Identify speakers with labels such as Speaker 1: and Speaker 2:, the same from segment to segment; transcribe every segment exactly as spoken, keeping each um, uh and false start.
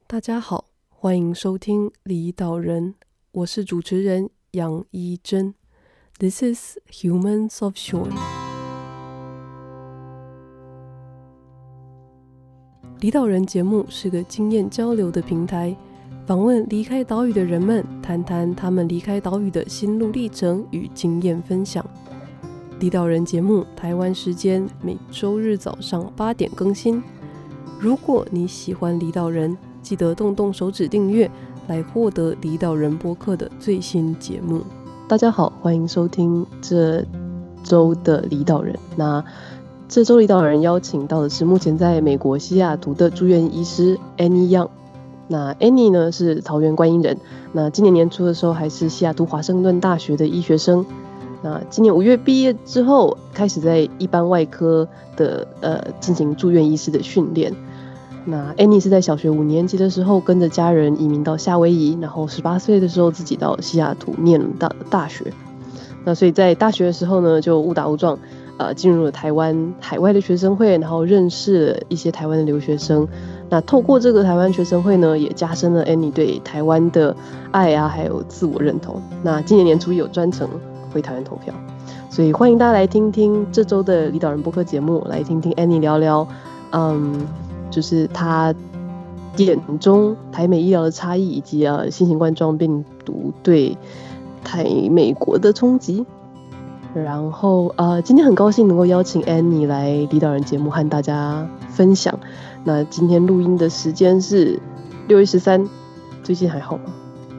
Speaker 1: 大家好，欢迎收听离岛人，我是主持人杨一真。This is Humans of Shore。离岛人节目是个经验交流的平台，访问离开岛屿的人们，谈谈他们离开岛屿的心路历程与经验分享。离岛人节目台湾时间每周日早上八点更新。如果你喜欢离岛人，记得动动手指订阅，来获得离岛人播客的最新节目。大家好，欢迎收听这周的离岛人。那这周离岛人邀请到的是目前在美国西雅图的住院医师 Annie Young。那 Annie 呢是桃园观音人，那今年年初的时候还是西雅图华盛顿大学的医学生。那今年五月毕业之后，开始在一般外科的呃进行住院医师的训练。那 Annie 是在小学五年级的时候跟着家人移民到夏威夷，然后十八岁的时候自己到西雅图念了 大, 大学。那所以在大学的时候呢，就误打误撞呃进入了台湾海外的学生会，然后认识了一些台湾的留学生。那透过这个台湾学生会呢，也加深了 Annie 对台湾的爱啊，还有自我认同。那今年年初有专程回台湾投票，所以欢迎大家来听听这周的离岛人播客节目，来听听 Annie 聊聊嗯就是他眼中台美医疗的差异，以及呃新型冠状病毒对台美国的冲击。然后呃今天很高兴能够邀请 Annie 来离岛人节目和大家分享。那今天录音的时间是六月十三，最近还好吗？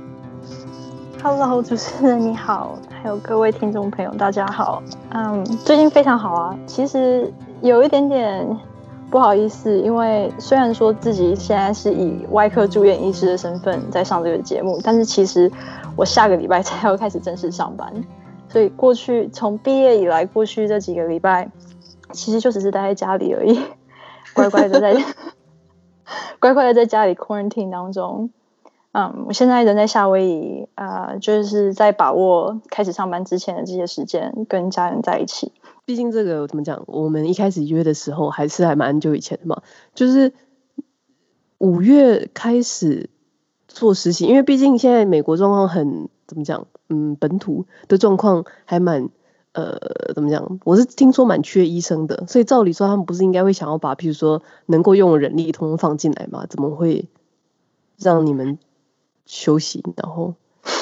Speaker 2: Hello， 主持人你好，还有各位听众朋友大家好。嗯，最近非常好啊，其实有一点点不好意思，因为虽然说自己现在是以外科住院医师的身份在上这个节目，但是其实我下个礼拜才要开始正式上班，所以过去从毕业以来，过去这几个礼拜其实就只是待在家里而已，乖乖的在乖乖的在家里 quarantine 当中。嗯，我现在人在夏威夷，呃，就是在把握开始上班之前的这些时间，跟家人在一起。
Speaker 1: 毕竟这个怎么讲，我们一开始约的时候还是还蛮久以前的嘛，就是五月开始做实习，因为毕竟现在美国状况很怎么讲，嗯，本土的状况还蛮呃怎么讲，我是听说蛮缺医生的，所以照理说他们不是应该会想要把譬如说能够用的人力通通放进来吗？怎么会让你们休息？然后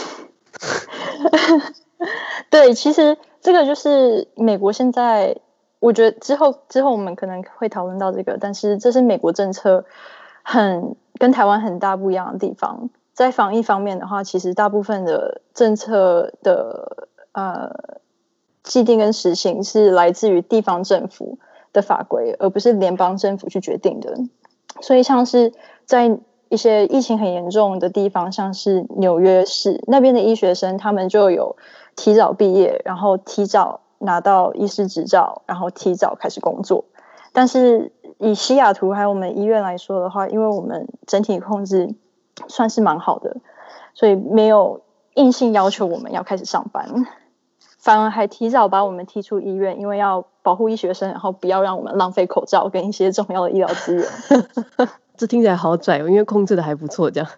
Speaker 2: 对，其实这个就是美国现在，我觉得之后之后我们可能会讨论到这个，但是这是美国政策很跟台湾很大不一样的地方。在防疫方面的话，其实大部分的政策的呃既定跟实行是来自于地方政府的法规，而不是联邦政府去决定的。所以像是在一些疫情很严重的地方，像是纽约市那边的医学生，他们就有提早毕业，然后提早拿到医师执照，然后提早开始工作。但是以西雅图还有我们医院来说的话，因为我们整体控制算是蛮好的，所以没有硬性要求我们要开始上班，反而还提早把我们踢出医院，因为要保护医学生，然后不要让我们浪费口罩跟一些重要的医疗资源。
Speaker 1: 这听起来好拽哦，因为控制的还不错这样。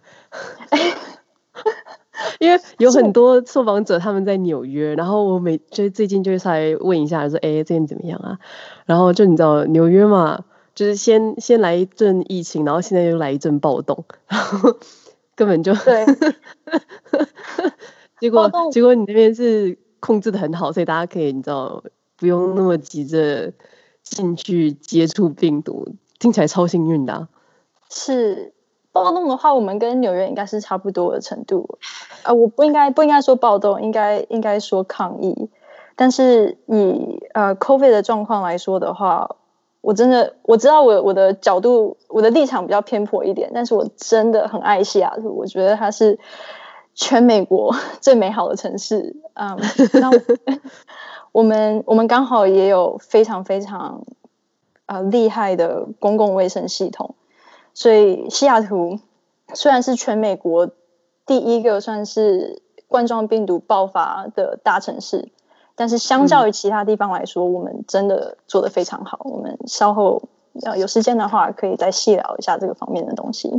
Speaker 1: 因为有很多受访者他们在纽约，然后我每就最近就会稍微问一下说，哎，最近怎么样啊？然后就你知道纽约嘛，就是先先来一阵疫情，然后现在又来一阵暴动，然后根本就
Speaker 2: 对，
Speaker 1: 结果结果你那边是控制的很好，所以大家可以你知道不用那么急着进去接触病毒，听起来超幸运的啊。
Speaker 2: 是暴动的话，我们跟纽约应该是差不多的程度。呃，我不应该不应该说暴动，应该应该说抗议。但是以呃 COVID 的状况来说的话，我真的我知道我我的角度我的立场比较偏颇一点，但是我真的很爱西雅图，我觉得它是全美国最美好的城市。嗯，那我们我们刚好也有非常非常呃厉害的公共卫生系统。所以西雅图虽然是全美国第一个算是冠状病毒爆发的大城市，但是相较于其他地方来说，嗯、我们真的做得非常好。我们稍后有时间的话，可以再细聊一下这个方面的东西。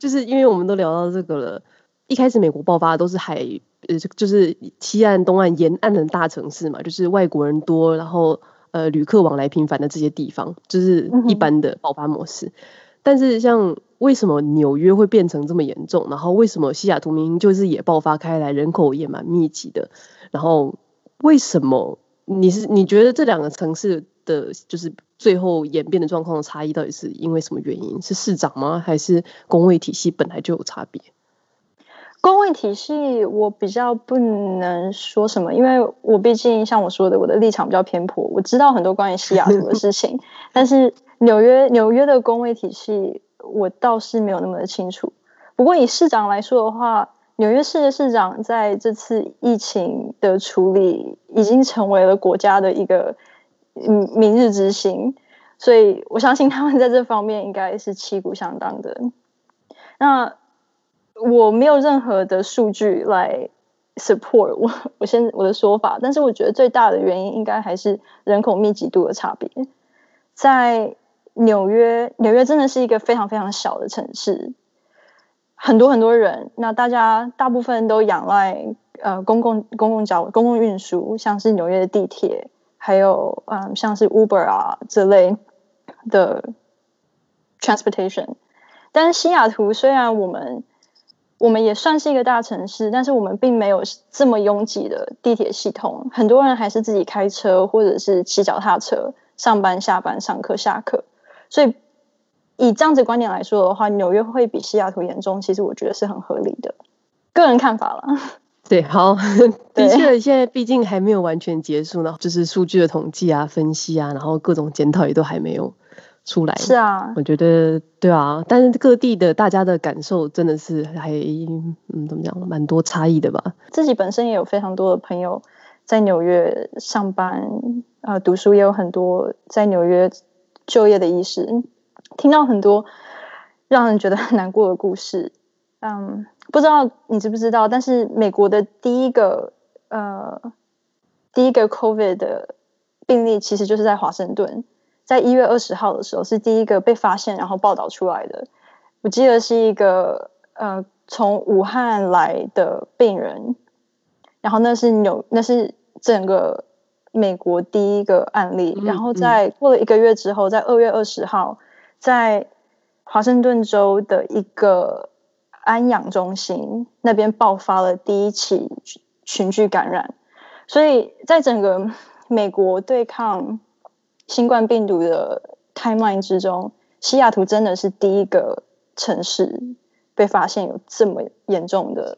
Speaker 1: 就是因为我们都聊到这个了，一开始美国爆发的都是海，呃，就是西岸、东岸沿岸的大城市嘛，就是外国人多，然后呃旅客往来频繁的这些地方，就是一般的爆发模式。嗯、但是像为什么纽约会变成这么严重？然后为什么西雅图明明就是也爆发开来，人口也蛮密集的？然后为什么你是你觉得这两个城市的就是最后演变的状况的差异到底是因为什么原因？是市长吗？还是公卫体系本来就有差别？
Speaker 2: 公卫体系我比较不能说什么，因为我毕竟像我说的，我的立场比较偏颇，我知道很多关于西雅图的事情，但是纽约纽约的公卫体系我倒是没有那么的清楚。不过以市长来说的话，纽约市的市长在这次疫情的处理已经成为了国家的一个嗯明日之星，所以我相信他们在这方面应该是旗鼓相当的。那我没有任何的数据来 support 我我现我的说法，但是我觉得最大的原因应该还是人口密集度的差别。在纽约，纽约真的是一个非常非常小的城市，很多很多人，那大家大部分都仰赖呃公共公共交公共运输，像是纽约的地铁，还有嗯像是 Uber 啊这类的 transportation。但是西雅图虽然我们我们也算是一个大城市，但是我们并没有这么拥挤的地铁系统，很多人还是自己开车或者是骑脚踏车上班下班上课下课，所以以这样子观点来说的话，纽约会比西雅图严重，其实我觉得是很合理的，个人看法啦。
Speaker 1: 对，好，的确，现在毕竟还没有完全结束呢，就是数据的统计啊、分析啊，然后各种检讨也都还没有出来。
Speaker 2: 是啊，
Speaker 1: 我觉得对啊，但是各地的大家的感受真的是还嗯怎么讲，蛮多差异的吧。
Speaker 2: 自己本身也有非常多的朋友在纽约上班，呃，读书，也有很多在纽约就业的医师，听到很多让人觉得很难过的故事。嗯，不知道你知不知道，但是美国的第一个呃第一个 COVID 的病例其实就是在华盛顿，在一月二十号的时候是第一个被发现然后报道出来的。我记得是一个呃从武汉来的病人，然后那是纽那是整个美国第一个案例，
Speaker 1: 嗯、
Speaker 2: 然后在过了一个月之后，在二月二十号，在华盛顿州的一个安养中心那边爆发了第一起群聚感染，所以在整个美国对抗新冠病毒的 timeline 之中，西雅图真的是第一个城市被发现有这么严重的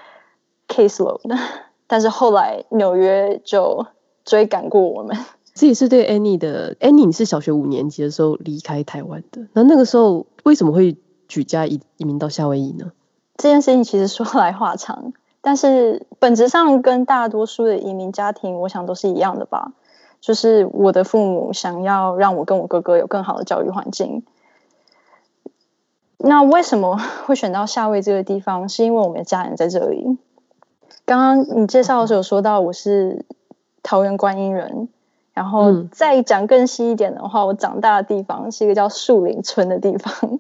Speaker 2: caseload， 但是后来纽约就追赶过我们。
Speaker 1: 这也是对 Annie 的 Annie 你是小学五年级的时候离开台湾的，那那个时候为什么会举家移移民到夏威夷呢？
Speaker 2: 这件事情其实说来话长，但是本质上跟大多数的移民家庭我想都是一样的吧，就是我的父母想要让我跟我哥哥有更好的教育环境。那为什么会选到夏威夷这个地方，是因为我们的家人在这里。刚刚你介绍的时候有说到我是桃园观音人，然后再讲更细一点的话，我长大的地方是一个叫树林村的地方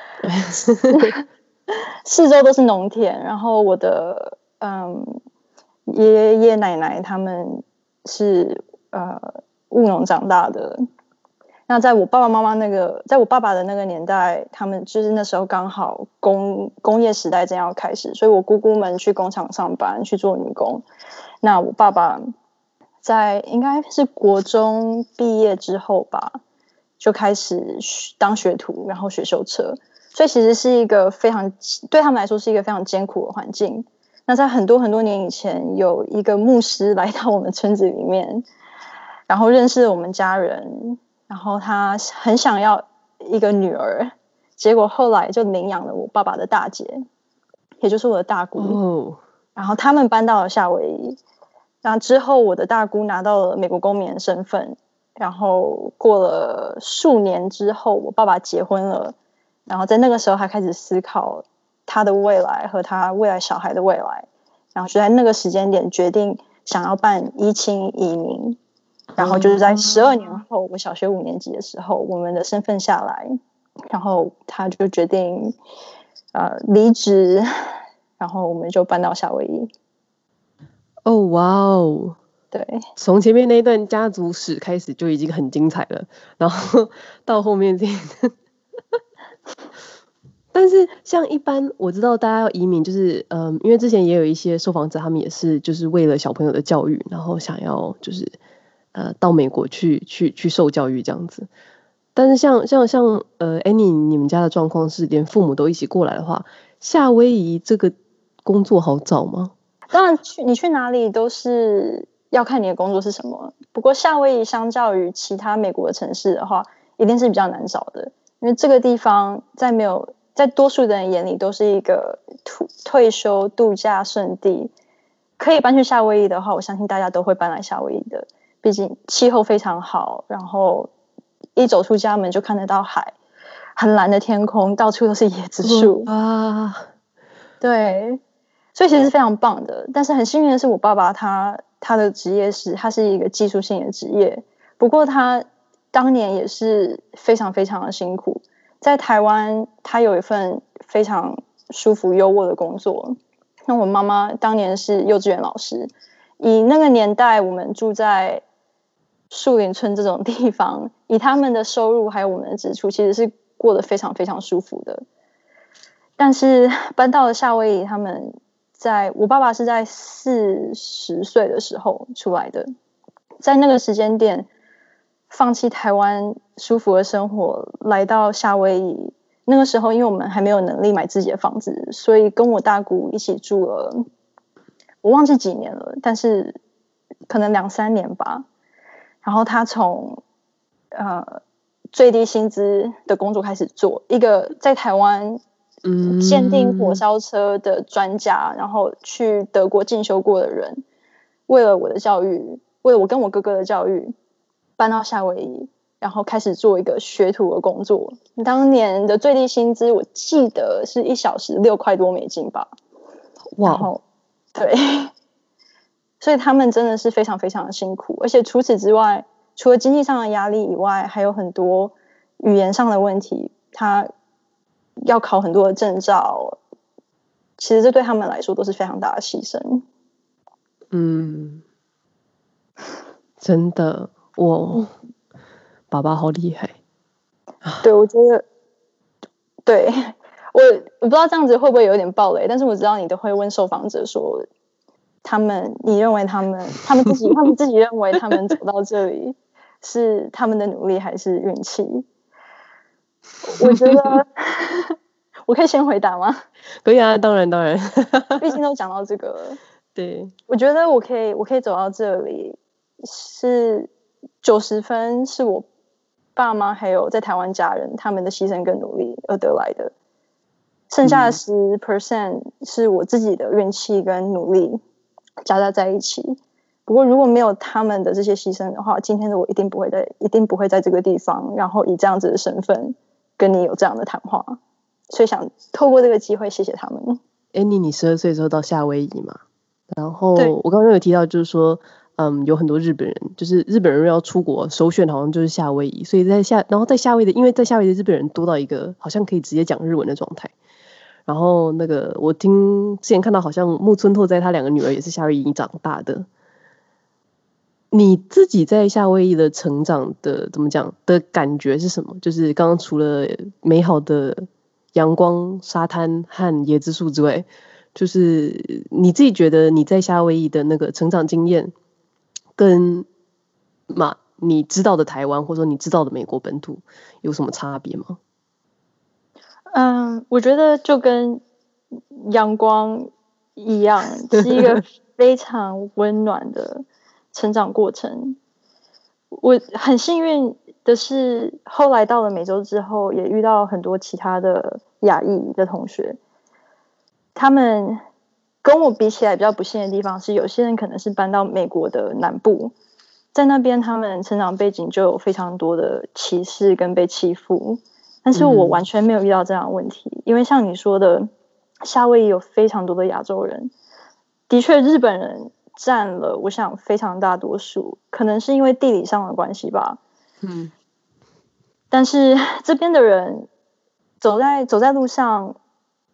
Speaker 2: 四周都是农田，然后我的嗯爷爷奶奶他们是呃务农长大的。那在我爸爸妈妈那个，在我爸爸的那个年代，他们就是那时候刚好工工业时代正要开始，所以我姑姑们去工厂上班去做女工。那我爸爸在应该是国中毕业之后吧，就开始当学徒，然后学修车。所以其实是一个非常对他们来说是一个非常艰苦的环境。那在很多很多年以前，有一个牧师来到我们村子里面，然后认识了我们家人。然后他很想要一个女儿，结果后来就领养了我爸爸的大姐，也就是我的大姑。
Speaker 1: 哦、
Speaker 2: 然后他们搬到了夏威夷。然后之后我的大姑拿到了美国公民的身份。然后过了数年之后，我爸爸结婚了。然后在那个时候，他开始思考他的未来和他未来小孩的未来。然后就在那个时间点决定想要办依亲移民。然后就是在十二年后，我小学五年级的时候，我们的身份下来，然后他就决定， 呃离职，然后我们就搬到夏威夷。
Speaker 1: 哦，哇哦！
Speaker 2: 对，
Speaker 1: 从前面那一段家族史开始就已经很精彩了，然后到后面这一段但是像一般我知道大家要移民，就是嗯，因为之前也有一些受访者，他们也是就是为了小朋友的教育，然后想要就是呃到美国去去去受教育这样子。但是像像像呃 Annie 你们家的状况是连父母都一起过来的话，夏威夷这个工作好找吗？
Speaker 2: 当然去你去哪里都是要看你的工作是什么。不过夏威夷相较于其他美国的城市的话，一定是比较难找的，因为这个地方在没有在多数的人眼里都是一个退休度假胜地。可以搬去夏威夷的话，我相信大家都会搬来夏威夷的，毕竟气候非常好，然后一走出家门就看得到海，很蓝的天空，到处都是椰子树
Speaker 1: 啊，
Speaker 2: 对，所以其实是非常棒的。但是很幸运的是，我爸爸他他的职业是他是一个技术性的职业，不过他当年也是非常非常的辛苦。在台湾，他有一份非常舒服优渥的工作。那我妈妈当年是幼稚园老师，以那个年代我们住在树林村这种地方，以他们的收入还有我们的支出，其实是过得非常非常舒服的。但是搬到了夏威夷，他们在我爸爸是在四十岁的时候出来的，在那个时间点放弃台湾舒服的生活，来到夏威夷。那个时候因为我们还没有能力买自己的房子，所以跟我大姑一起住了，我忘记几年了，但是可能两三年吧。然后他从呃最低薪资的工作开始做，一个在台湾鉴定火烧车的专家，然后去德国进修过的人，为了我的教育，为了我跟我哥哥的教育，搬到夏威夷，然后开始做一个学徒的工作。当年的最低薪资我记得是一小时六块多美金吧。
Speaker 1: 哇，
Speaker 2: 然后对，所以他们真的是非常非常的辛苦，而且除此之外，除了经济上的压力以外，还有很多语言上的问题，他要考很多的证照，其实这对他们来说都是非常大的牺牲。
Speaker 1: 嗯，真的，我爸爸好厉害。
Speaker 2: 对，我觉得，对，我我不知道这样子会不会有点暴雷，但是我知道你都会问受访者说，他们你认为他们他们自己他们自己认为他们走到这里是他们的努力还是运气？我觉得我可以先回答吗？
Speaker 1: 可以啊，当然当然，
Speaker 2: 毕竟都讲到这个了。
Speaker 1: 对，
Speaker 2: 我觉得我可以我可以走到这里是九十分是我爸妈还有在台湾家人他们的牺牲跟努力而得来的，剩下的十 percent 是我自己的运气跟努力夹杂在一起。不过如果没有他们的这些牺牲的话，今天的我一定不会在一定不会在这个地方，然后以这样子的身份跟你有这样的谈话。所以想透过这个机会谢谢他们。
Speaker 1: Annie，你十二岁的时候到夏威夷嘛？然后我刚刚有提到，就是说，嗯，有很多日本人，就是日本人要出国首选好像就是夏威夷，所以在夏，然后在夏威夷的，因为在夏威夷的日本人多到一个好像可以直接讲日文的状态。然后那个我听之前看到，好像木村拓哉他两个女儿也是夏威夷长大的。你自己在夏威夷的成长的怎么讲的感觉是什么？就是刚刚除了美好的阳光、沙滩和椰子树之外，就是你自己觉得你在夏威夷的那个成长经验，跟嘛你知道的台湾或者说你知道的美国本土有什么差别吗？
Speaker 2: 嗯，我觉得就跟阳光一样，是一个非常温暖的成长过程。我很幸运的是，后来到了美洲之后，也遇到很多其他的亚裔的同学。他们跟我比起来比较不幸的地方是，有些人可能是搬到美国的南部，在那边他们成长背景就有非常多的歧视跟被欺负。但是我完全没有遇到这样的问题，嗯、因为像你说的，夏威夷有非常多的亚洲人，的确日本人占了我想非常大多数，可能是因为地理上的关系吧。嗯，但是这边的人走在走在路上，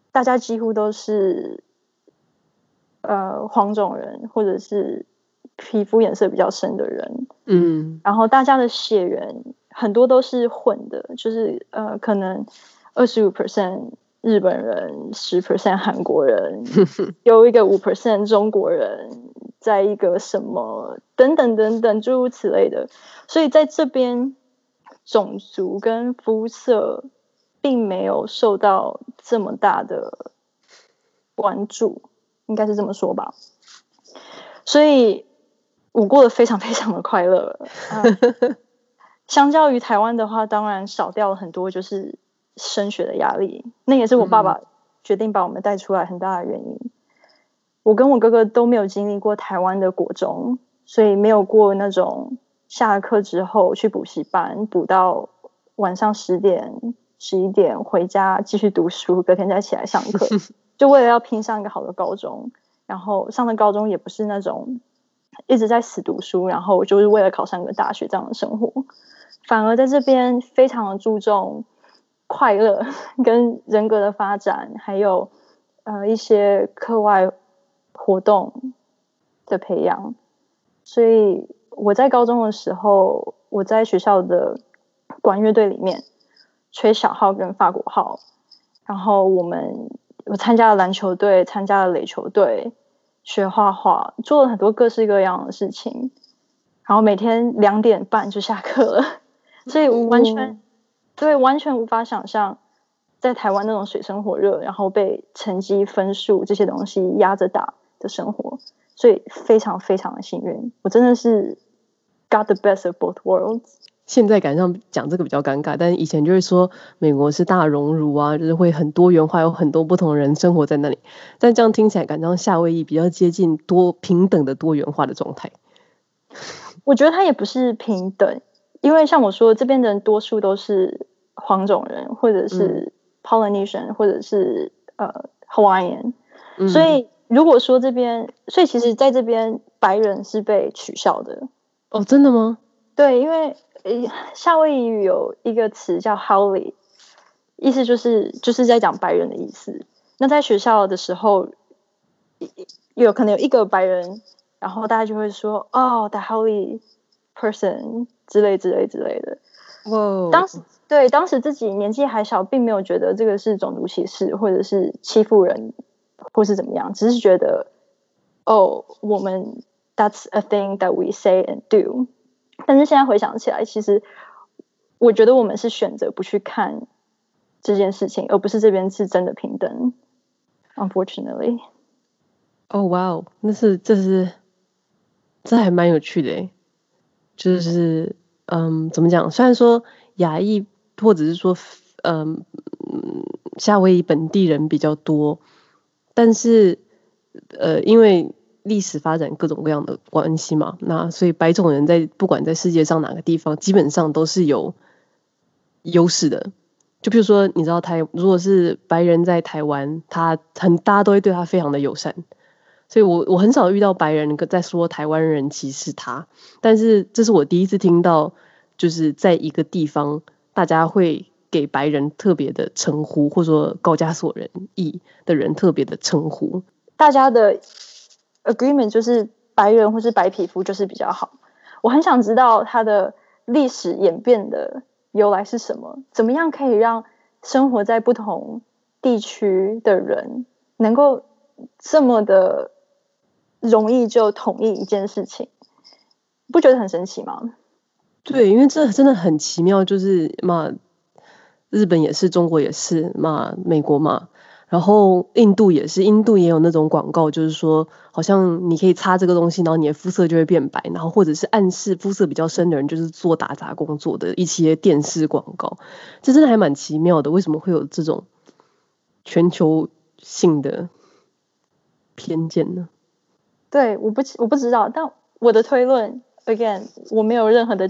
Speaker 2: 大家几乎都是呃黄种人或者是皮肤颜色比较深的人，
Speaker 1: 嗯，
Speaker 2: 然后大家的血缘很多都是混的，就是呃可能二十五 percent 日本人，十 percent 韩国人，有一个五 percent 中国人，在一个什么等等等等诸如此类的，所以在这边种族跟肤色并没有受到这么大的关注，应该是这么说吧。所以我过得非常非常的快乐。嗯、相较于台湾的话，当然少掉了很多，就是升学的压力，那也是我爸爸决定把我们带出来很大的原因。嗯、我跟我哥哥都没有经历过台湾的国中，所以没有过那种下了课之后去补习班，补到晚上十点、十一点回家继续读书，隔天再起来上课，就为了要拼上一个好的高中。然后上的高中也不是那种一直在死读书，然后就是为了考上个大学这样的生活，反而在这边非常的注重快乐跟人格的发展，还有呃一些课外活动的培养。所以我在高中的时候，我在学校的管乐队里面吹小号跟法国号，然后我们我参加了篮球队，参加了垒球队，学画画，做了很多各式各样的事情，然后每天两点半就下课了，所以完全、嗯、对完全无法想象在台湾那种水深火热，然后被成绩分数这些东西压着打的生活，所以非常非常的幸运，我真的是 got the best of both worlds。
Speaker 1: 现在感觉上讲这个比较尴尬，但是以前就会说美国是大熔炉啊，就是会很多元化，有很多不同的人生活在那里。但这样听起来，感觉上夏威夷比较接近多平等的多元化的状态。
Speaker 2: 我觉得它也不是平等，因为像我说，这边的人多数都是黄种人，或者是 Polynesian，、嗯、或者是呃 Hawaiian，、嗯、所以如果说这边，所以其实在这边白人是被取笑的。
Speaker 1: 哦，真的吗？
Speaker 2: 对，因为夏威夷语有一个词叫 Haole， 意思就是就是在讲白人的意思。那在学校的时候，有可能有一个白人，然后大家就会说哦 ，the Haole person 之类之类之类的。
Speaker 1: 哇，
Speaker 2: 当时对当时自己年纪还小，并没有觉得这个是种族歧视或者是欺负人或是怎么样，只是觉得哦，我们 that's a thing that we say and do。但是现在回想起来，其实我觉得我们是选择不去看这件事情，而不是这边是真的平等。Unfortunately，
Speaker 1: 哦哇哦，那是这是这还蛮有趣的诶，就是嗯，怎么讲？虽然说亚裔或者是说嗯夏威夷本地人比较多，但是呃，因为历史发展各种各样的关系嘛，那所以白种人在不管在世界上哪个地方，基本上都是有优势的。就比如说，你知道台如果是白人在台湾，他很大家都会对他非常的友善，所以我我很少遇到白人在说台湾人歧视他，但是这是我第一次听到，就是在一个地方大家会给白人特别的称呼，或者说高加索人裔的人特别的称呼，
Speaker 2: 大家的 agreement 就是白人或是白皮肤就是比较好。我很想知道它的历史演变的由来是什么？怎么样可以让生活在不同地区的人能够这么的容易就统一一件事情？不觉得很神奇吗？
Speaker 1: 对，因为这真的很奇妙，就是嘛，日本也是，中国也是嘛，美国嘛，然后印度也是，印度也有那种广告，就是说好像你可以擦这个东西，然后你的肤色就会变白，然后或者是暗示肤色比较深的人就是做打杂工作的一些电视广告，这真的还蛮奇妙的。为什么会有这种全球性的偏见呢？
Speaker 2: 对，我不我不知道，但我的推论 again 我没有任何的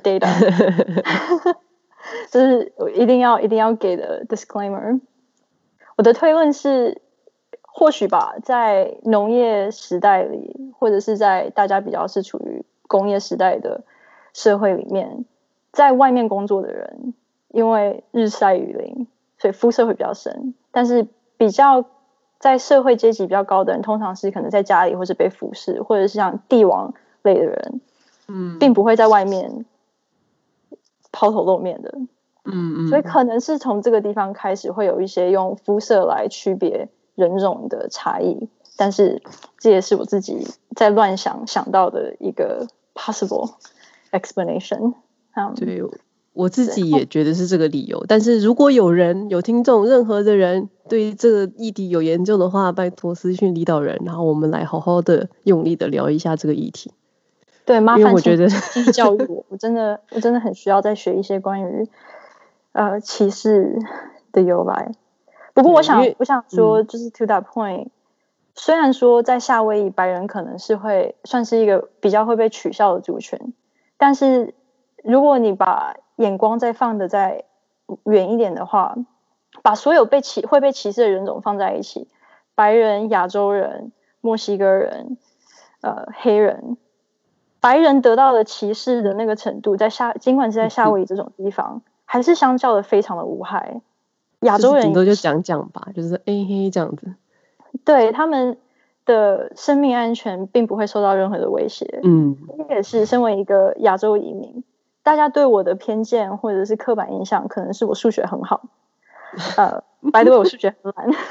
Speaker 2: data， 就是我一定要一定要给的 disclaimer。我的推论是，或许吧，在农业时代里，或者是在大家比较是处于工业时代的社会里面，在外面工作的人，因为日晒雨淋，所以肤色会比较深，但是比较在社会阶级比较高的人，通常是可能在家里或是被服侍，或者是像帝王类的人，嗯，并不会在外面抛头露面的，嗯嗯，所以可能是从这个地方开始会有一些用肤色来区别人种的差异，但是这也是我自己在乱想想到的一个 possible explanation。嗯，
Speaker 1: 对，我自己也觉得是这个理由。但是如果有人有听众，任何的人对这个议题有研究的话，拜托私讯李导人，然后我们来好好的用力的聊一下这个议题。
Speaker 2: 对，麻烦
Speaker 1: 因为我觉得
Speaker 2: 继续教育我，我真的我真的很需要再学一些关于呃歧视的由来。不过我想我想说，就是 to that point，嗯，虽然说在夏威夷白人可能是会算是一个比较会被取笑的族群，但是如果你把眼光再放的再远一点的话，把所有被歧会被歧视的人种放在一起，白人、亚洲人、墨西哥人、呃黑人，白人得到的歧视的那个程度，在夏尽管是在夏威夷这种地方，还是相较的非常的无害。亚洲人
Speaker 1: 顶多就讲讲吧，就是哎嘿这样子。
Speaker 2: 对，他们的生命安全并不会受到任何的威胁。嗯，也是身为一个亚洲移民，大家对我的偏见或者是刻板印象，可能是我数学很好，呃，by the way，我数学很烂，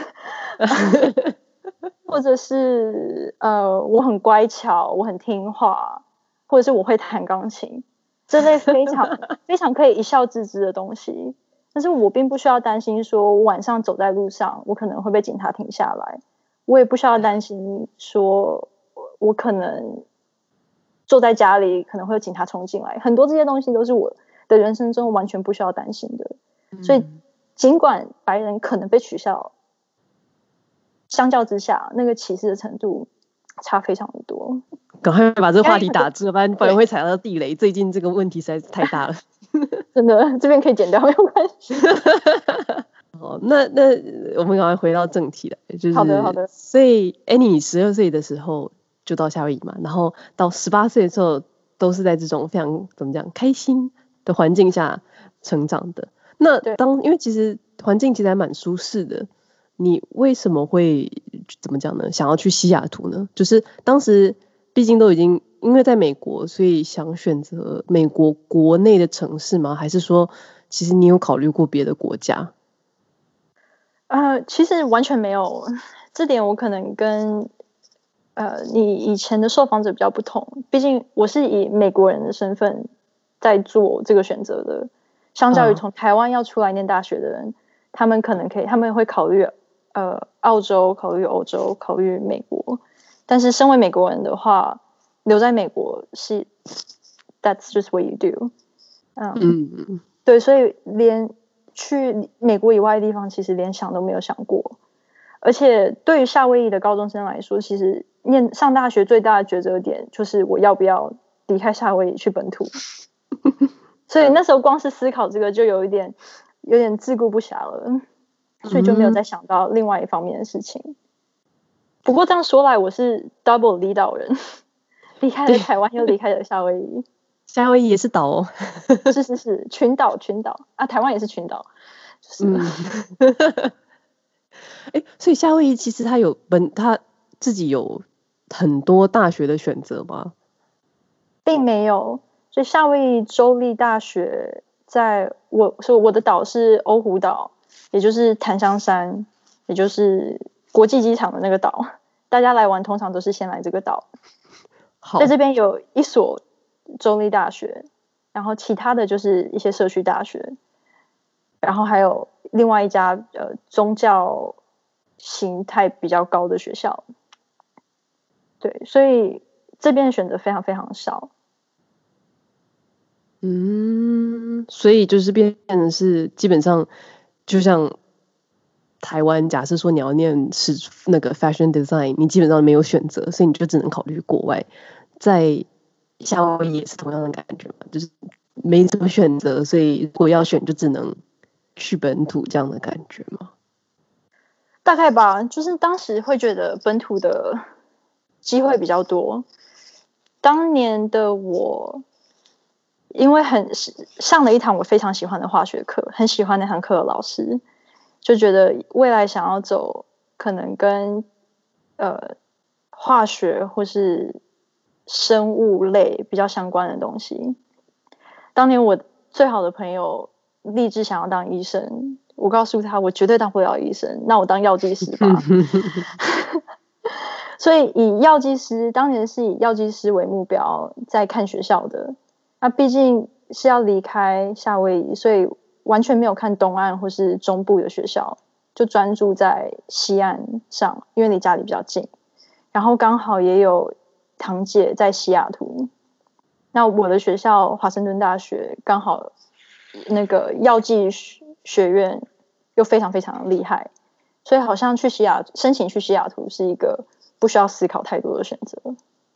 Speaker 2: 或者是呃我很乖巧，我很听话，或者是我会弹钢琴，这类非常非常可以一笑置之的东西。但是我并不需要担心说我晚上走在路上我可能会被警察停下来，我也不需要担心说我可能坐在家里可能会有警察冲进来，很多这些东西都是我的人生中完全不需要担心的。所以尽管白人可能被取笑，相较之下那个歧视的程度差非常的多。
Speaker 1: 赶快把这个话题打住，不然不然会踩到地雷。最近这个问题实在是太大了。
Speaker 2: 真的，这边可以剪掉，没有关系。
Speaker 1: 哦，那那我们赶快回到正题了，就是
Speaker 2: 好的好的。
Speaker 1: 所以，哎，你十二岁的时候就到夏威夷嘛，然后到十八岁的时候都是在这种非常怎么讲开心的环境下成长的。那当因为其实环境其实还蛮舒适的，你为什么会怎么讲呢？想要去西雅图呢？就是当时毕竟都已经。因为在美国，所以想选择美国国内的城市吗？还是说，其实你有考虑过别的国家？
Speaker 2: 呃，其实完全没有，这点我可能跟呃你以前的受访者比较不同。毕竟我是以美国人的身份在做这个选择的，相较于从台湾要出来念大学的人，他们可能可以，他们会考虑呃澳洲、考虑欧洲、考虑美国。但是身为美国人的话，留在美国是 that's just what you do， 嗯, 嗯对，所以连去美国以外的地方其实连想都没有想过。而且对于夏威夷的高中生来说，其实念上大学最大的抉择点就是我要不要离开夏威夷去本土。所以那时候光是思考这个就有一点有点自顾不暇了，所以就没有再想到另外一方面的事情。不过这样说来，我是 double 离岛人。离开了台湾，又离开了夏威夷。
Speaker 1: 夏威夷也是岛哦。
Speaker 2: 是是是，群岛群岛啊，台湾也是群岛。就是，
Speaker 1: 嗯欸、所以夏威夷其实它有本它自己有很多大学的选择吗？
Speaker 2: 并没有。所以夏威夷州立大学在我所以我的岛是欧胡岛，也就是檀香山，也就是国际机场的那个岛。大家来玩通常都是先来这个岛。在这边有一所州立大学，然后其他的就是一些社区大学，然后还有另外一家呃宗教形态比较高的学校。对，所以这边的选择非常非常少。
Speaker 1: 嗯，所以就是变成是基本上就像台湾，假设说你要念是那个 fashion design， 你基本上没有选择，所以你就只能考虑国外。在夏威夷也是同样的感觉嘛，就是没什么选择，所以如果要选就只能去本土这样的感觉吗？
Speaker 2: 大概吧，就是当时会觉得本土的机会比较多。当年的我因为很上了一堂我非常喜欢的化学课，很喜欢那堂课的老师，就觉得未来想要走可能跟呃化学或是生物类比较相关的东西。当年我最好的朋友立志想要当医生，我告诉他我绝对当不了医生，那我当药剂师吧。所以以药剂师，当年是以药剂师为目标在看学校的。那毕竟是要离开夏威夷，所以完全没有看东岸或是中部的学校，就专注在西岸上，因为离家里比较近。然后刚好也有堂姐在西雅图，那我的学校华盛顿大学刚好那个药剂学院又非常非常厉害，所以好像去西雅申请去西雅图是一个不需要思考太多的选择。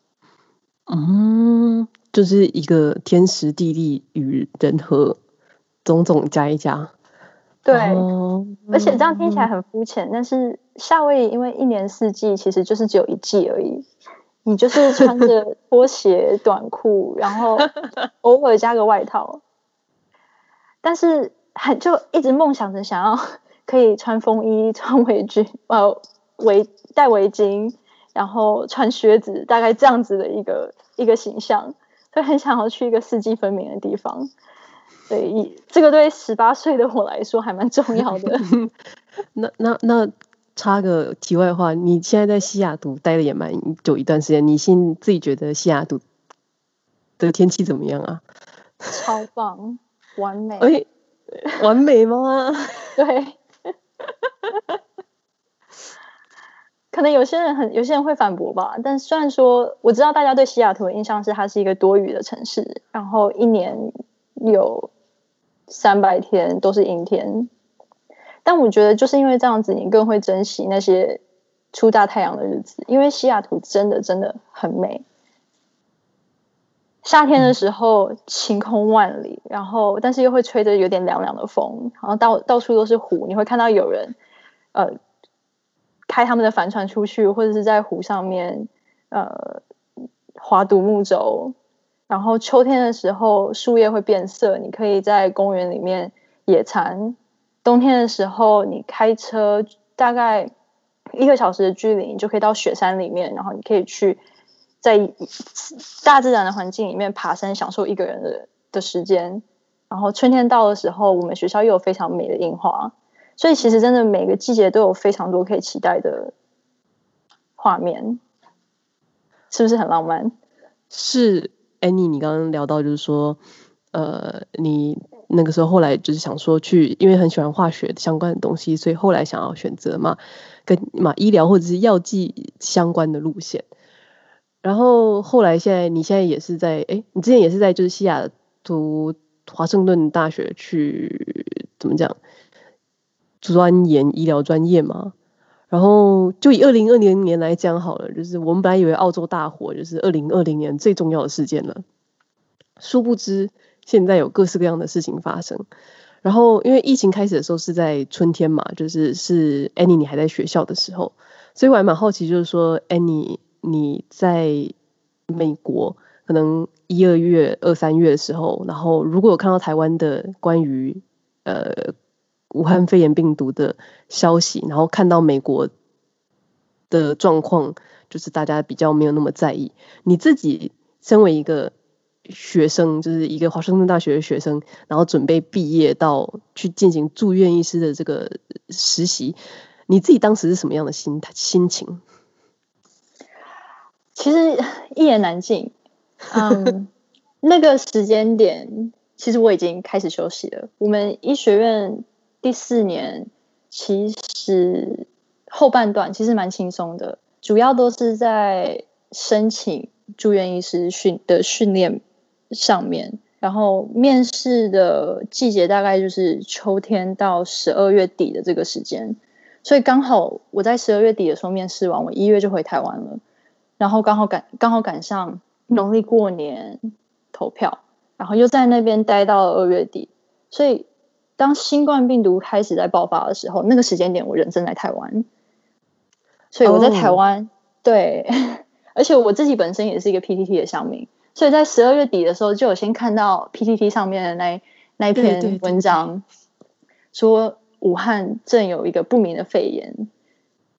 Speaker 1: 嗯，就是一个天时地利与人和，种种加一加。
Speaker 2: 对，哦、而且这样听起来很肤浅，但是夏威夷因为一年四季其实就是只有一季而已，你就是穿着拖鞋短裤，然后偶尔加个外套，但是很就一直梦想着想要可以穿风衣、穿围巾、呃围戴围巾，然后穿靴子，大概这样子的一个一个形象，所以很想要去一个四季分明的地方。对，这个对十八岁的我来说还蛮重要的。
Speaker 1: 那那那插个题外话，你现在在西雅图待了也蛮久一段时间，你现自己觉得西雅图的天气怎么样啊？
Speaker 2: 超棒，完美。
Speaker 1: 哎，完美吗？
Speaker 2: 对。可能有些人很有些人会反驳吧，但虽然说我知道大家对西雅图的印象是它是一个多雨的城市，然后一年有三百天都是阴天，但我觉得就是因为这样子，你更会珍惜那些出大太阳的日子，因为西雅图真的真的很美。夏天的时候晴空万里，然后但是又会吹着有点凉凉的风，然后到到处都是湖，你会看到有人呃开他们的帆船出去，或者是在湖上面呃划独木舟。然后秋天的时候树叶会变色，你可以在公园里面野餐。冬天的时候你开车大概一个小时的距离，你就可以到雪山里面，然后你可以去在大自然的环境里面爬山，享受一个人 的, 的时间。然后春天到的时候，我们学校又有非常美的樱花，所以其实真的每个季节都有非常多可以期待的画面，是不是很浪漫？
Speaker 1: 是。Annie， 你刚刚聊到就是说，呃，你那个时候后来就是想说去，因为很喜欢化学相关的东西，所以后来想要选择嘛，跟嘛医疗或者是药剂相关的路线。然后后来现在你现在也是在，哎，你之前也是在就是西雅图华盛顿大学去怎么讲，钻研医疗专业嘛？然后就以二零二零年来讲好了，就是我们本来以为澳洲大火就是二零二零年最重要的事件了，殊不知现在有各式各样的事情发生。然后因为疫情开始的时候是在春天嘛，就是是 Annie 你还在学校的时候，所以我还蛮好奇，就是说 Annie 你在美国可能一二月、二三月的时候，然后如果有看到台湾的关于呃。武汉肺炎病毒的消息，然后看到美国的状况，就是大家比较没有那么在意。你自己身为一个学生，就是一个华盛顿大学的学生，然后准备毕业到去进行住院医师的这个实习，你自己当时是什么样的心心情？
Speaker 2: 其实一言难尽。嗯，那个时间点，其实我已经开始休息了。我们医学院第四年其实后半段其实蛮轻松的，主要都是在申请住院医师训的训练上面，然后面试的季节大概就是秋天到十二月底的这个时间，所以刚好我在十二月底的时候面试完，我一月就回台湾了，然后刚好赶刚好赶上农历过年投票，然后又在那边待到了二月底，所以当新冠病毒开始在爆发的时候，那个时间点我人正在台湾，所以我在台湾、oh. 对，而且我自己本身也是一个 P T T 的乡民，所以在十二月底的时候就有先看到 P T T 上面的那那一篇文章，说武汉正有一个不明的肺炎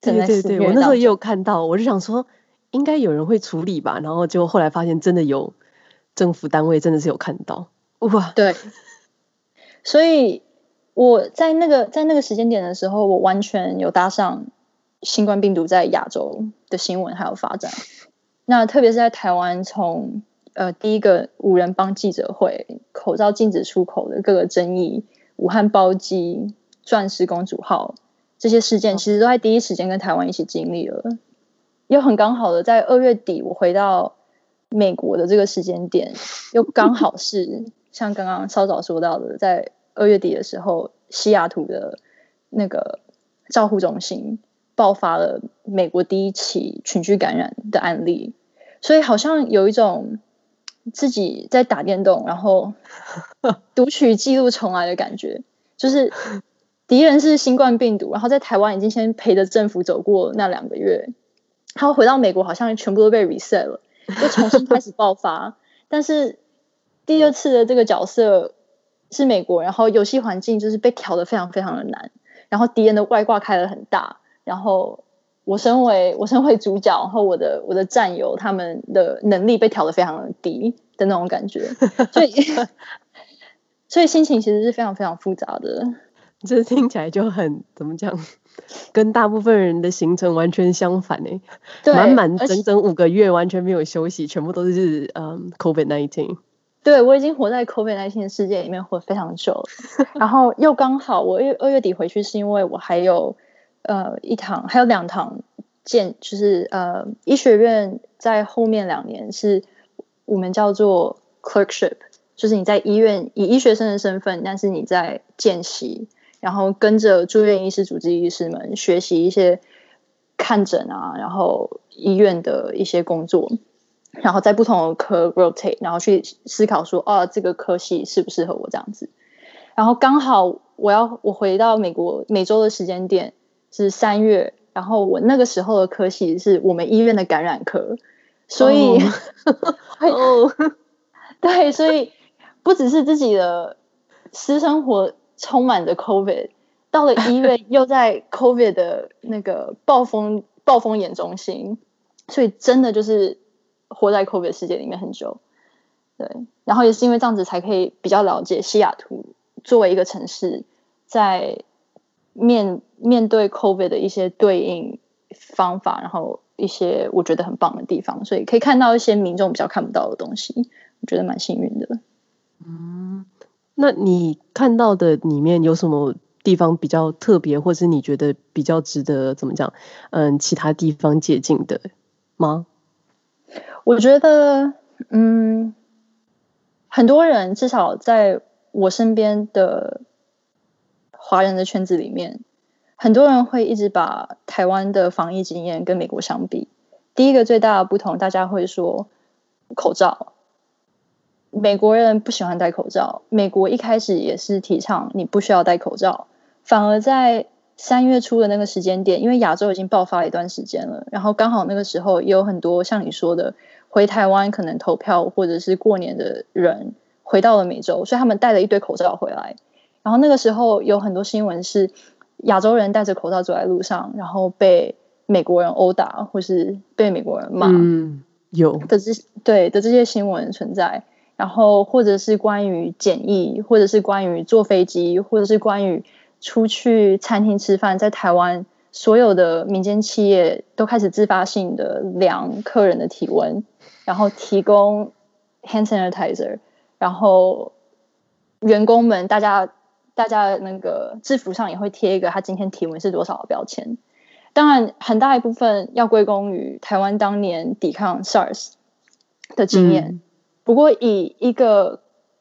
Speaker 1: 对对对，我那时候也有看到，我就想说应该有人会处理吧，然后就后来发现真的有政府单位真的是有看到，哇，
Speaker 2: 对，所以我在那个在那个时间点的时候，我完全有搭上新冠病毒在亚洲的新闻还有发展。那特别是在台湾，从呃第一个五人帮记者会、口罩禁止出口的各个争议、武汉包机、钻石公主号这些事件，其实都在第一时间跟台湾一起经历了。又很刚好的在二月底，我回到美国的这个时间点，又刚好是像刚刚稍早说到的，在二月底的时候，西雅图的那个照护中心爆发了美国第一起群聚感染的案例，所以好像有一种自己在打电动，然后读取记录重来的感觉，就是敌人是新冠病毒，然后在台湾已经先陪着政府走过那两个月，然后回到美国好像全部都被 reset 了，又重新开始爆发。但是第二次的这个角色是美国，然后游戏环境就是被调得非常非常的难，然后敌人的外挂开得很大，然后我身为我身为主角，然后我的我的战友他们的能力被调得非常的低的那种感觉，所以所以心情其实是非常非常复杂的。
Speaker 1: 这听起来就很怎么讲，跟大部分人的行程完全相反哎、欸，满满整整五个月完全没有休息，全部都是嗯 COVID 十九。
Speaker 2: 对，我已经活在 COVID 十九 的世界里面活非常久了，然后又刚好我二月底回去是因为我还有呃一堂还有两堂见，就是呃医学院在后面两年是我们叫做 clerkship， 就是你在医院以医学生的身份，但是你在见习，然后跟着住院医师、主治医师们学习一些看诊啊，然后医院的一些工作。然后在不同的科 rotate， 然后去思考说，哦，这个科系适不适合我这样子。然后刚好我要我回到美国美洲的时间点是三月，然后我那个时候的科系是我们医院的感染科，所以，
Speaker 1: 哦，
Speaker 2: 对，所以不只是自己的私生活充满着 COVID， 到了医院又在 COVID 的那个暴风暴风眼中心，所以真的就是。活在 COVID 世界里面很久，对，然后也是因为这样子才可以比较了解西雅图作为一个城市，在面面对 COVID 的一些对应方法，然后一些我觉得很棒的地方，所以可以看到一些民众比较看不到的东西，我觉得蛮幸运的。
Speaker 1: 嗯，那你看到的里面有什么地方比较特别，或是你觉得比较值得怎么讲，嗯，其他地方借鉴的吗？
Speaker 2: 我觉得，嗯，很多人至少在我身边的华人的圈子里面，很多人会一直把台湾的防疫经验跟美国相比。第一个最大的不同，大家会说口罩，美国人不喜欢戴口罩，美国一开始也是提倡你不需要戴口罩，反而在三月初的那个时间点，因为亚洲已经爆发了一段时间了，然后刚好那个时候也有很多像你说的回台湾可能投票或者是过年的人回到了美洲，所以他们带了一堆口罩回来，然后那个时候有很多新闻是亚洲人戴着口罩走在路上，然后被美国人殴打或是被美国人骂，
Speaker 1: 嗯，有
Speaker 2: 的这对的这些新闻存在，然后或者是关于检疫，或者是关于坐飞机，或者是关于出去餐厅吃饭，在台湾所有的民间企业都开始自发性的量客人的体温，然后提供 hand sanitizer， 然后员工们大家大家那个制服上也会贴一个他今天体温是多少的标签。当然很大一部分要归功于台湾当年抵抗 SARS 的经验，嗯，不过以一个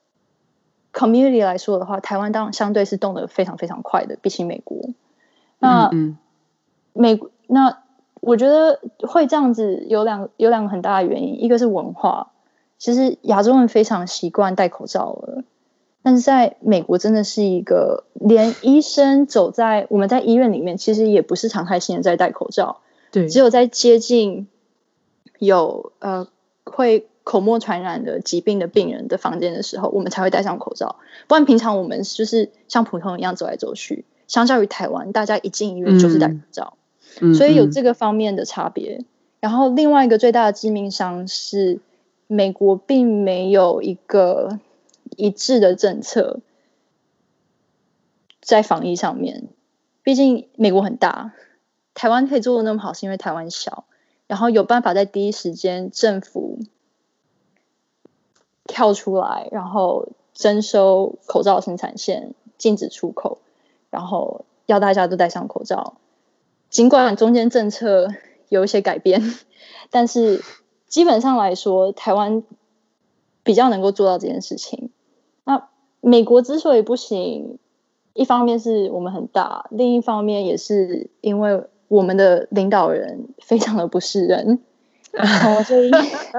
Speaker 2: community 来说的话，台湾当然相对是动得非常非常快的，比起美国。那
Speaker 1: 嗯
Speaker 2: 美那我觉得会这样子有两有两个很大的原因，一个是文化，其实亚洲人非常习惯戴口罩了，但是在美国真的是一个连医生走在我们在医院里面，其实也不是常态性的在戴口罩，
Speaker 1: 对，
Speaker 2: 只有在接近有呃会口沫传染的疾病的病人的房间的时候，我们才会戴上口罩，不然平常我们就是像普通人一样走来走去。相较于台湾，大家一进医院就是戴口罩，嗯，
Speaker 1: 嗯，
Speaker 2: 所以有这个方面的差别。然后另外一个最大的致命伤是，美国并没有一个一致的政策在防疫上面。毕竟美国很大，台湾可以做的那么好，是因为台湾小，然后有办法在第一时间政府跳出来，然后征收口罩生产线，禁止出口，然后要大家都戴上口罩。尽管中间政策有一些改变，但是基本上来说，台湾比较能够做到这件事情。那美国之所以不行，一方面是我们很大，另一方面也是因为我们的领导人非常的不是人，然后所以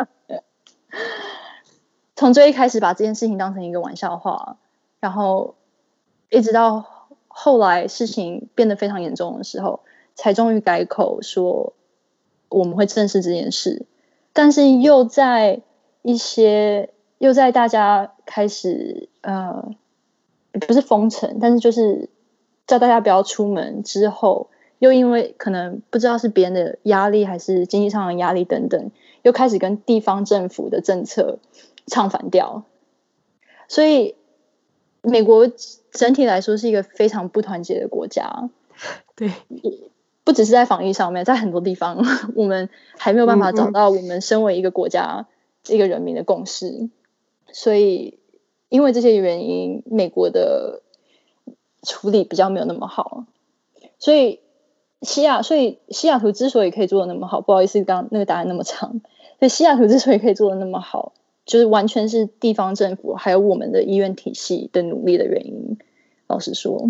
Speaker 2: 从最一开始把这件事情当成一个玩笑话，然后一直到后来事情变得非常严重的时候，才终于改口说我们会正视这件事。但是又在一些又在大家开始呃不是封城，但是就是叫大家不要出门之后，又因为可能不知道是别人的压力还是经济上的压力等等，又开始跟地方政府的政策唱反调。所以美国整体来说是一个非常不团结的国家。
Speaker 1: 对，
Speaker 2: 不只是在防疫上面，在很多地方我们还没有办法找到我们身为一个国家、嗯、一个人民的共识。所以因为这些原因，美国的处理比较没有那么好。所以西雅所以西雅图之所以可以做的那么好，不好意思刚刚那个答案那么长，所以西雅图之所以可以做的那么好，就是完全是地方政府还有我们的医院体系的努力的原因，老实说。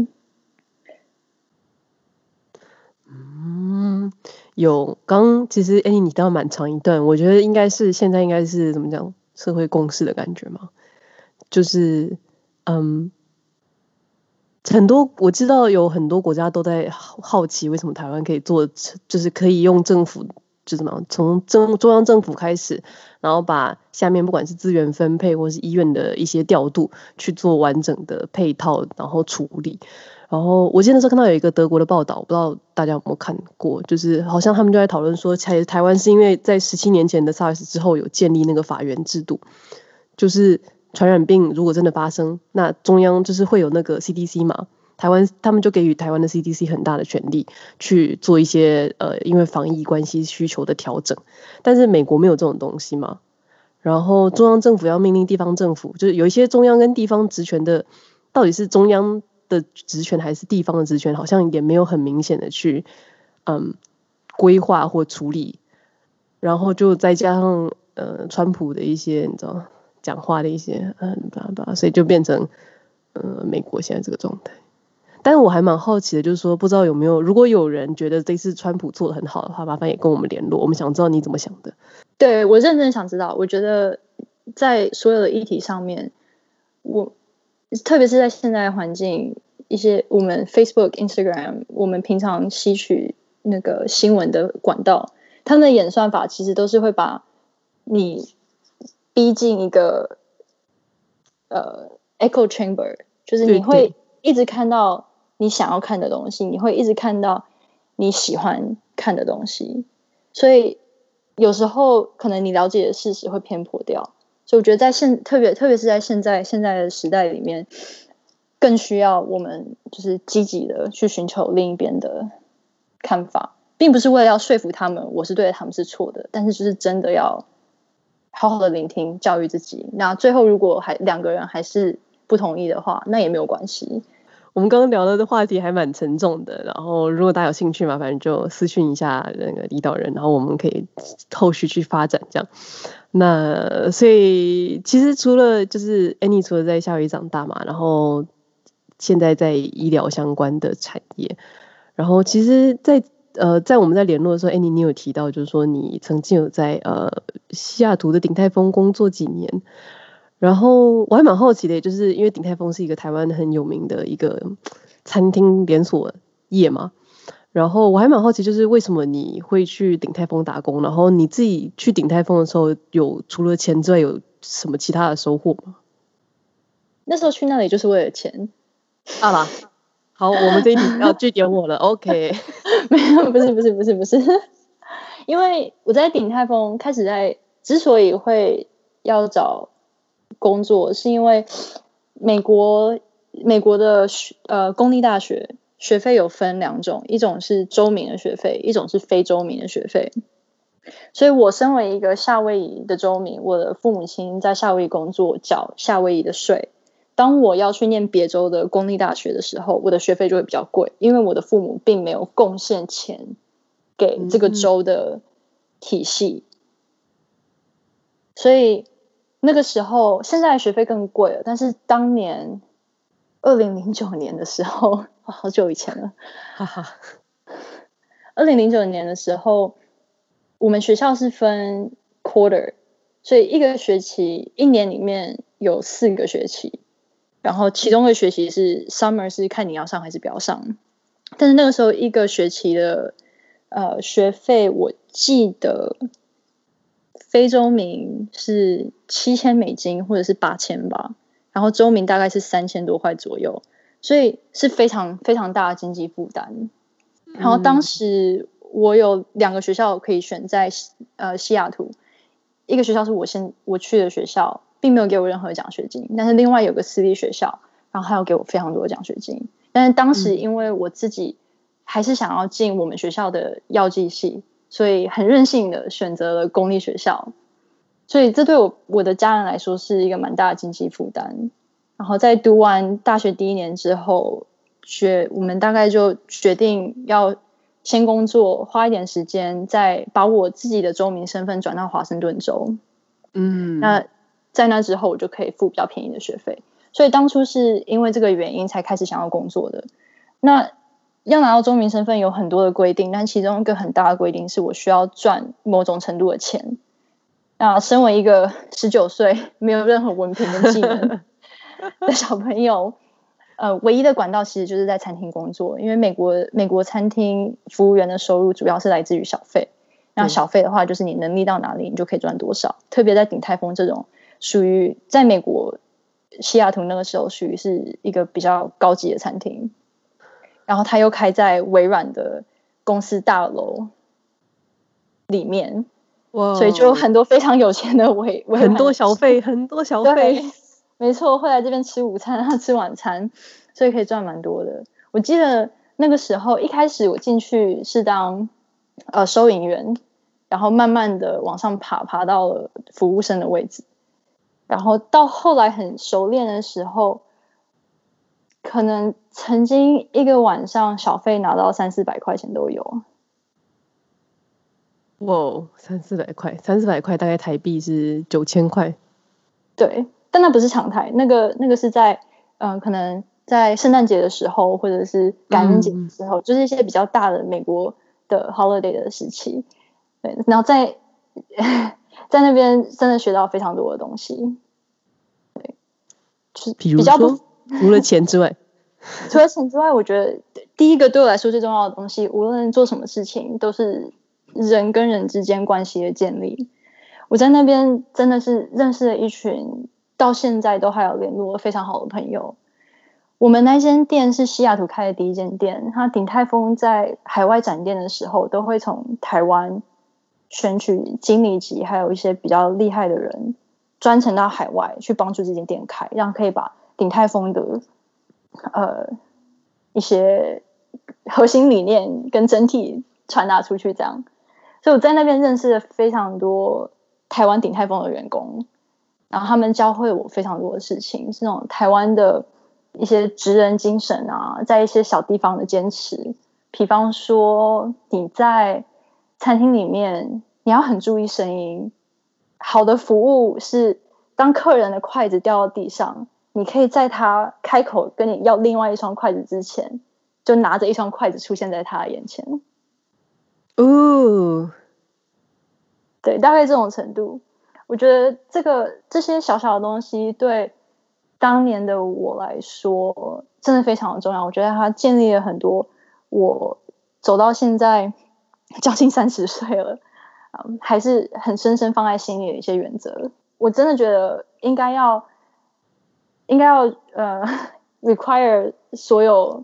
Speaker 1: 嗯，有刚其实 Annie 你倒蛮长一段，我觉得应该是现在应该是怎么讲社会共识的感觉嘛，就是嗯，很多我知道有很多国家都在好奇为什么台湾可以做，就是可以用政府就怎么从中中央政府开始，然后把下面不管是资源分配或是医院的一些调度去做完整的配套，然后处理。然后我记得那时候看到有一个德国的报道，不知道大家有没有看过，就是好像他们就在讨论说，台台湾是因为在十七年前的 SARS 之后有建立那个法源制度，就是传染病如果真的发生，那中央就是会有那个 C D C 嘛，台湾他们就给予台湾的 C D C 很大的权力去做一些呃因为防疫关系需求的调整，但是美国没有这种东西嘛，然后中央政府要命令地方政府，就是有一些中央跟地方职权的，到底是中央的职权还是地方的职权，好像也没有很明显的去嗯规划或处理，然后就再加上呃川普的一些你知道讲话的一些嗯吧吧，所以就变成呃美国现在这个状态。但是我还蛮好奇的，就是说不知道有没有，如果有人觉得这次川普做得很好的话，麻烦也跟我们联络，我们想知道你怎么想的。
Speaker 2: 对，我认真想知道，我觉得在所有的议题上面，我特别是在现在的环境，一些我们 Facebook、Instagram， 我们平常吸取那个新闻的管道，他们的演算法其实都是会把你逼进一个呃 echo chamber， 就是你会一直看到你想要看的东西，你会一直看到你喜欢看的东西，所以有时候可能你了解的事实会偏颇掉。所以我觉得在现特别特别是在现在现在的时代里面，更需要我们就是积极的去寻求另一边的看法，并不是为了要说服他们我是对的他们是错的，但是就是真的要好好的聆听教育自己。那最后如果还两个人还是不同意的话，那也没有关系。
Speaker 1: 我们刚刚聊的话题还蛮沉重的，然后如果大家有兴趣嘛，反正就私讯一下那个领导人，然后我们可以后续去发展这样。那所以其实除了就是 Annie 除了在夏威夷长大嘛，然后现在在医疗相关的产业，然后其实在呃在我们在联络的时候 Annie 你有提到就是说你曾经有在呃西雅图的鼎泰丰工作几年，然后我还蛮好奇的，就是因为鼎泰丰是一个台湾很有名的一个餐厅连锁业嘛，然后我还蛮好奇，就是为什么你会去鼎泰丰打工？然后你自己去鼎泰丰的时候，有除了钱之外，有什么其他的收获吗？
Speaker 2: 那时候去那里就是为了钱。
Speaker 1: 啊啦， 好，我们这一题要据点我了，OK。
Speaker 2: 没有，不是不是不是不是，因为我在鼎泰丰开始在，之所以会要找工作，是因为美国美国的呃公立大学学费有分两种，一种是州民的学费，一种是非州民的学费。所以我身为一个夏威夷的州民，我的父母亲在夏威夷工作，缴夏威夷的税。当我要去念别州的公立大学的时候，我的学费就会比较贵，因为我的父母并没有贡献钱给这个州的体系。嗯、所以那个时候，现在学费更贵了，但是当年二零零九年的时候，好久以前了，哈哈。二零零九年的时候，我们学校是分 quarter， 所以一个学期一年里面有四个学期。然后其中的学期是 summer， 是看你要上还是不要上。但是那个时候一个学期的呃学费，我记得非州民是七千美金或者是八千吧，然后州民大概是三千多块左右，所以是非常非常大的经济负担。然后当时我有两个学校可以选在呃西雅图，一个学校是我先我去的学校，并没有给我任何奖学金，但是另外有个私立学校，然后还有给我非常多的奖学金。但是当时因为我自己还是想要进我们学校的药剂系，所以很任性的选择了公立学校，所以这对我我的家人来说是一个蛮大的经济负担。然后在读完大学第一年之后，学我们大概就决定要先工作，花一点时间，再把我自己的州民身份转到华盛顿州。嗯，那在那之后，我就可以付比较便宜的学费。所以当初是因为这个原因才开始想要工作的。那要拿到州民身份有很多的规定，但其中一个很大的规定是我需要赚某种程度的钱。那身为一个十九岁没有任何文凭的技能的小朋友，呃，唯一的管道其实就是在餐厅工作，因为美国美国餐厅服务员的收入主要是来自于小费。那小费的话，就是你能力到哪里，你就可以赚多少。特别在鼎泰丰这种属于在美国西雅图那个时候属于是一个比较高级的餐厅，然后他又开在微软的公司大楼里面，所以就有很多非常有钱的微微
Speaker 1: 很多小费，很多小费，
Speaker 2: 没错，会来这边吃午餐、吃晚餐，所以可以赚蛮多的。我记得那个时候一开始我进去是当呃收银员，然后慢慢的往上爬，爬到了服务生的位置。然后到后来很熟练的时候，可能曾经一个晚上小费拿到三四百块钱都有。
Speaker 1: 哇，三四百块，三四百块大概台币是九千块。
Speaker 2: 对，但那不是常态，那个那个是在嗯、呃，可能在圣诞节的时候，或者是感恩节的时候，嗯、就是一些比较大的美国的 holiday 的时期。对，然后在在那边真的学到非常多的东西。对，就是
Speaker 1: 比如说除了钱之外，
Speaker 2: 除了钱之外，我觉得第一个对我来说最重要的东西，无论做什么事情，都是人跟人之间关系的建立。我在那边真的是认识了一群到现在都还有联络非常好的朋友。我们那间店是西雅图开的第一间店，他鼎泰丰在海外展店的时候，都会从台湾选取经理级还有一些比较厉害的人，专程到海外去帮助这间店开，让可以把鼎泰丰的呃一些核心理念跟整体传达出去，这样。所以我在那边认识了非常多台湾鼎泰丰的员工，然后他们教会我非常多的事情，是那种台湾的一些职人精神啊，在一些小地方的坚持。比方说你在餐厅里面你要很注意声音，好的服务是当客人的筷子掉到地上，你可以在他开口跟你要另外一双筷子之前，就拿着一双筷子出现在他的眼前。哦，对，大概这种程度。我觉得这个这些小小的东西对当年的我来说真的非常的重要。我觉得它建立了很多我走到现在将近三十岁了、嗯、还是很深深放在心里的一些原则。我真的觉得应该要应该要呃 require 所有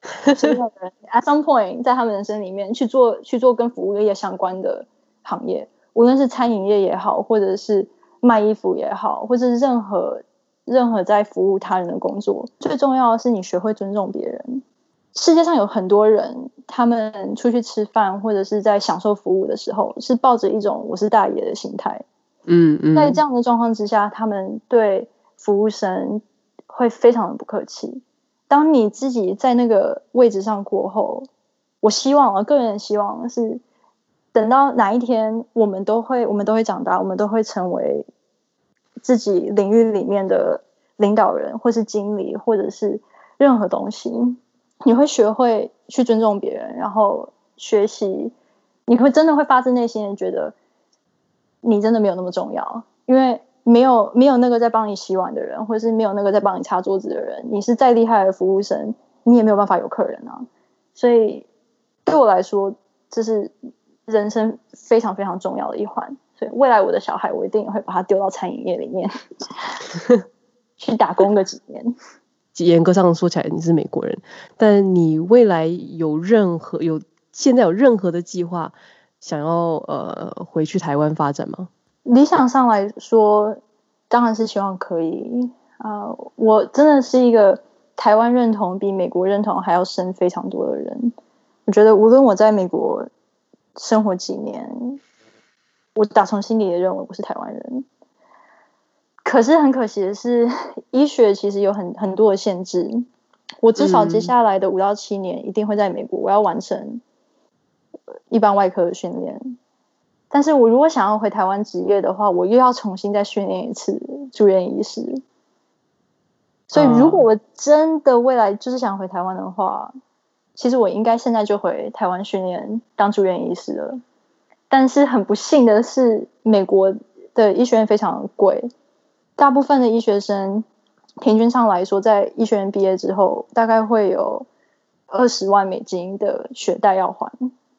Speaker 2: 所有人 at some point 在他们人生里面去做去做跟服务业相关的行业，无论是餐饮业也好，或者是卖衣服也好，或者是任何任何在服务他人的工作，最重要的是你学会尊重别人。世界上有很多人，他们出去吃饭或者是在享受服务的时候，是抱着一种我是大爷的心态。
Speaker 1: 嗯嗯，
Speaker 2: 在这样的状况之下，他们对服务生会非常的不客气。当你自己在那个位置上过后，我希望我个人希望是等到哪一天我们都会我们都会长大，我们都会成为自己领域里面的领导人或是经理或者是任何东西，你会学会去尊重别人，然后学习，你会真的会发自内心的觉得你真的没有那么重要，因为没有没有那个在帮你洗碗的人，或者是没有那个在帮你擦桌子的人，你是再厉害的服务生，你也没有办法有客人啊。所以对我来说，这是人生非常非常重要的一环。所以未来我的小孩，我一定也会把他丢到餐饮业里面去打工个几年。
Speaker 1: 严格上说起来你是美国人，但你未来有任何有现在有任何的计划想要呃回去台湾发展吗？
Speaker 2: 理想上来说，当然是希望可以。呃，我真的是一个台湾认同比美国认同还要深非常多的人。我觉得无论我在美国生活几年，我打从心里也认为我是台湾人。可是很可惜的是，医学其实有很很多的限制。我至少接下来的五到七年一定会在美国，我要完成一般外科的训练。但是我如果想要回台湾执业的话，我又要重新再训练一次住院医师。所以如果我真的未来就是想回台湾的话，其实我应该现在就回台湾训练当住院医师了。但是很不幸的是，美国的医学院非常贵，大部分的医学生平均上来说，在医学院毕业之后，大概会有二十万美金的学贷要还。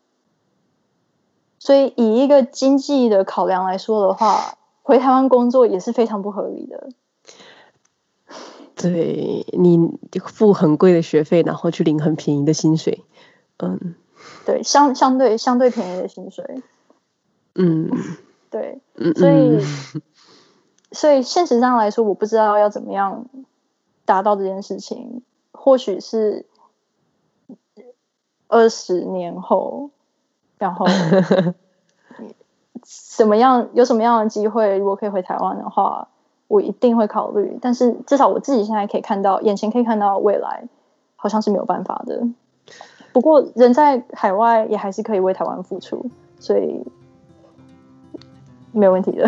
Speaker 2: 所以以一个经济的考量来说的话，回台湾工作也是非常不合理的。
Speaker 1: 对，你付很贵的学费，然后去领很便宜的薪水。嗯，
Speaker 2: 对，相相对相对便宜的薪水。
Speaker 1: 嗯，
Speaker 2: 对，
Speaker 1: 嗯，
Speaker 2: 所以、嗯、所以现实上来说，我不知道要怎么样达到这件事情。或许是二十年后，然后什么样有什么样的机会，如果可以回台湾的话，我一定会考虑。但是至少我自己现在可以看到，眼前可以看到未来好像是没有办法的。不过人在海外也还是可以为台湾付出，所以没有问题的。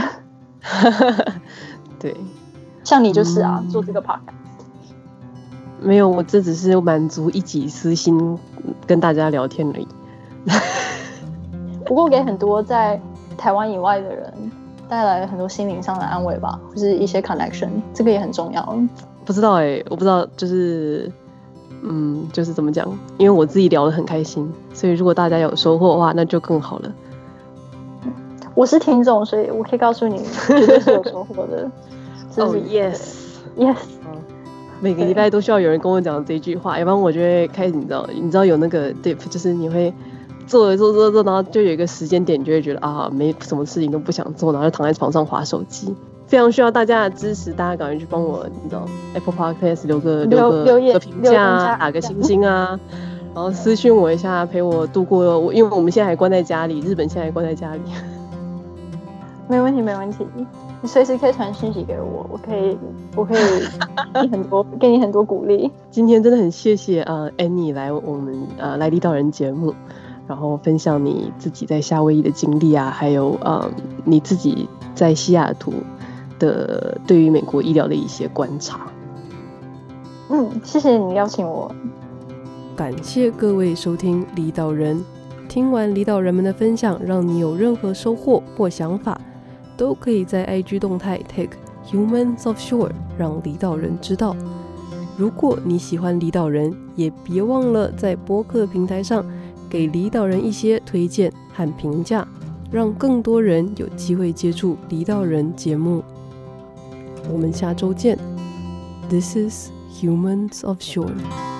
Speaker 1: 对，
Speaker 2: 像你就是啊、嗯、做这个 podcast。
Speaker 1: 没有，我这只是满足一己私心跟大家聊天而已。
Speaker 2: 不过给很多在台湾以外的人带来了很多心灵上的安慰吧，或是一些 connection， 这个也很重要。
Speaker 1: 不知道哎、欸，我不知道，就是嗯，就是怎么讲，因为我自己聊得很开心，所以如果大家有收获的话，那就更好了。
Speaker 2: 我是听众，所以我可以告诉你，绝对是有收获的。
Speaker 1: 哦、oh, ，yes
Speaker 2: yes。
Speaker 1: 每个礼拜都需要有人跟我讲这句话，要不然我就会开始，你知道，你知道有那个 dip， 就是你会做着做着做，然后就有一个时间点，你就会觉得啊，没什么事情都不想做，然后就躺在床上滑手机。非常需要大家的支持，大家赶快去帮我，你知道 Apple Podcast 留个留个留个评价啊，打个星星啊，然后私讯我一下，陪我度过我，因为我们现在还关在家里，日本现在还关在家里。
Speaker 2: 没问题，没问题。你随时可以传讯息给我，我可以，我可以给你很多，给你很多鼓励。
Speaker 1: 今天真的很谢谢呃 Annie 来我们呃来立道人节目，然后分享你自己在夏威夷的经历啊，还有呃你自己在西雅图的对于美国医疗的一些观察。
Speaker 2: 嗯，谢谢你邀请我。
Speaker 1: 感谢各位收听离岛人。听完离岛人们的分享，让你有任何收获或想法，都可以在 I G 动态 tag Humans Offshore 让离岛人知道。如果你喜欢离岛人，也别忘了在播客平台上给离岛人一些推荐和评价，让更多人有机会接触离岛人节目。我们下周见。This is Humans Offshore。